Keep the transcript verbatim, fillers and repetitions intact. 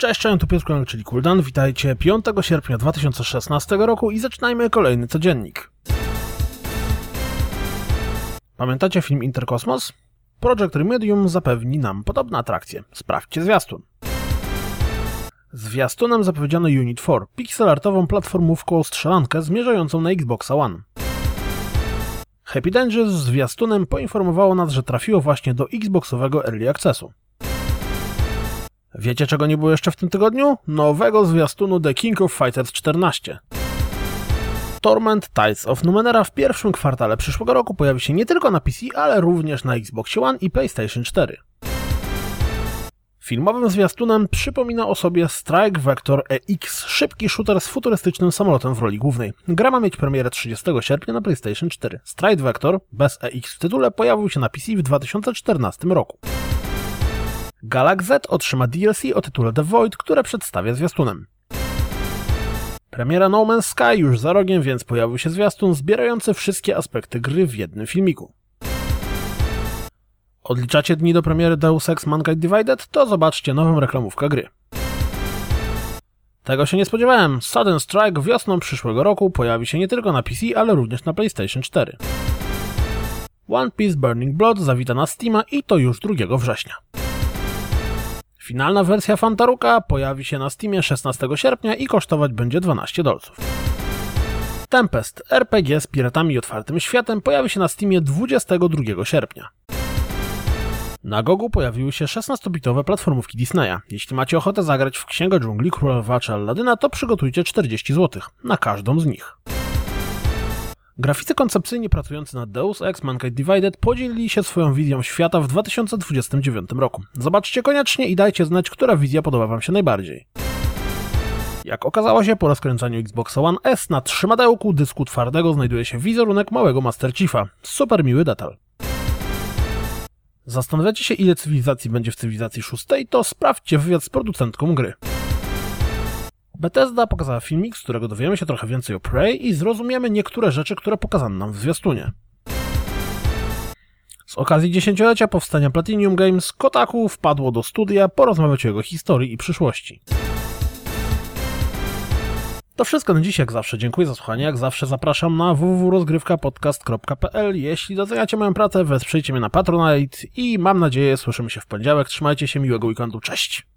Cześć, cześć, tu Piotr, czyli Kuldan. Witajcie piątego sierpnia dwa tysiące szesnastego roku i zaczynajmy kolejny codziennik. Pamiętacie film Interkosmos? Projekt Remedium zapewni nam podobne atrakcje. Sprawdźcie zwiastun. Zwiastunem zapowiedziano Unit cztery, pixelartową platformówką strzelankę zmierzającą na Xboxa One. Happy Danger z zwiastunem poinformowało nas, że trafiło właśnie do Xboxowego Early Accessu. Wiecie, czego nie było jeszcze w tym tygodniu? Nowego zwiastunu The King of Fighters czternaście. Torment Tides of Numenera w pierwszym kwartale przyszłego roku pojawi się nie tylko na P C, ale również na Xbox One i PlayStation cztery. Filmowym zwiastunem przypomina o sobie Strike Vector E X, szybki shooter z futurystycznym samolotem w roli głównej. Gra ma mieć premierę trzydziestego sierpnia na PlayStation cztery. Strike Vector, bez E X w tytule, pojawił się na P C w dwa tysiące czternastym roku. Galaxy Z otrzyma D L C o tytule The Void, które przedstawia zwiastunem. Premiera No Man's Sky już za rogiem, więc pojawił się zwiastun zbierający wszystkie aspekty gry w jednym filmiku. Odliczacie dni do premiery Deus Ex Mankind Divided? To zobaczcie nową reklamówkę gry. Tego się nie spodziewałem. Sudden Strike wiosną przyszłego roku pojawi się nie tylko na P C, ale również na PlayStation cztery. One Piece Burning Blood zawita na Steama i to już drugiego września. Finalna wersja Fantaruka pojawi się na Steamie szesnastego sierpnia i kosztować będzie dwanaście dolców. Tempest, R P G z piratami i otwartym światem, pojawi się na Steamie dwudziestego drugiego sierpnia. Na Gogu pojawiły się szesnastobitowe platformówki Disneya. Jeśli macie ochotę zagrać w Księgę Dżungli, Królowa czy Alladyna, to przygotujcie czterdzieści złotych na każdą z nich. Graficy koncepcyjnie pracujący nad Deus Ex Mankind Divided podzielili się swoją wizją świata w dwa tysiące dwudziestym dziewiątym roku. Zobaczcie koniecznie i dajcie znać, która wizja podoba wam się najbardziej. Jak okazało się, po rozkręcaniu Xboxa One S na trzymadełku dysku twardego znajduje się wizerunek małego Master Chiefa. Super miły detal. Zastanawiacie się, ile cywilizacji będzie w cywilizacji szóstej? To sprawdźcie wywiad z producentką gry. Bethesda pokazała filmik, z którego dowiemy się trochę więcej o Prey i zrozumiemy niektóre rzeczy, które pokazano nam w zwiastunie. Z okazji dziesięciolecia powstania Platinum Games, Kotaku wpadło do studia porozmawiać o jego historii i przyszłości. To wszystko na dziś, jak zawsze. Dziękuję za słuchanie. Jak zawsze zapraszam na w w w kropka rozgrywka podcast kropka p l. Jeśli doceniacie moją pracę, wesprzyjcie mnie na Patronite i mam nadzieję, słyszymy się w poniedziałek. Trzymajcie się, miłego weekendu. Cześć!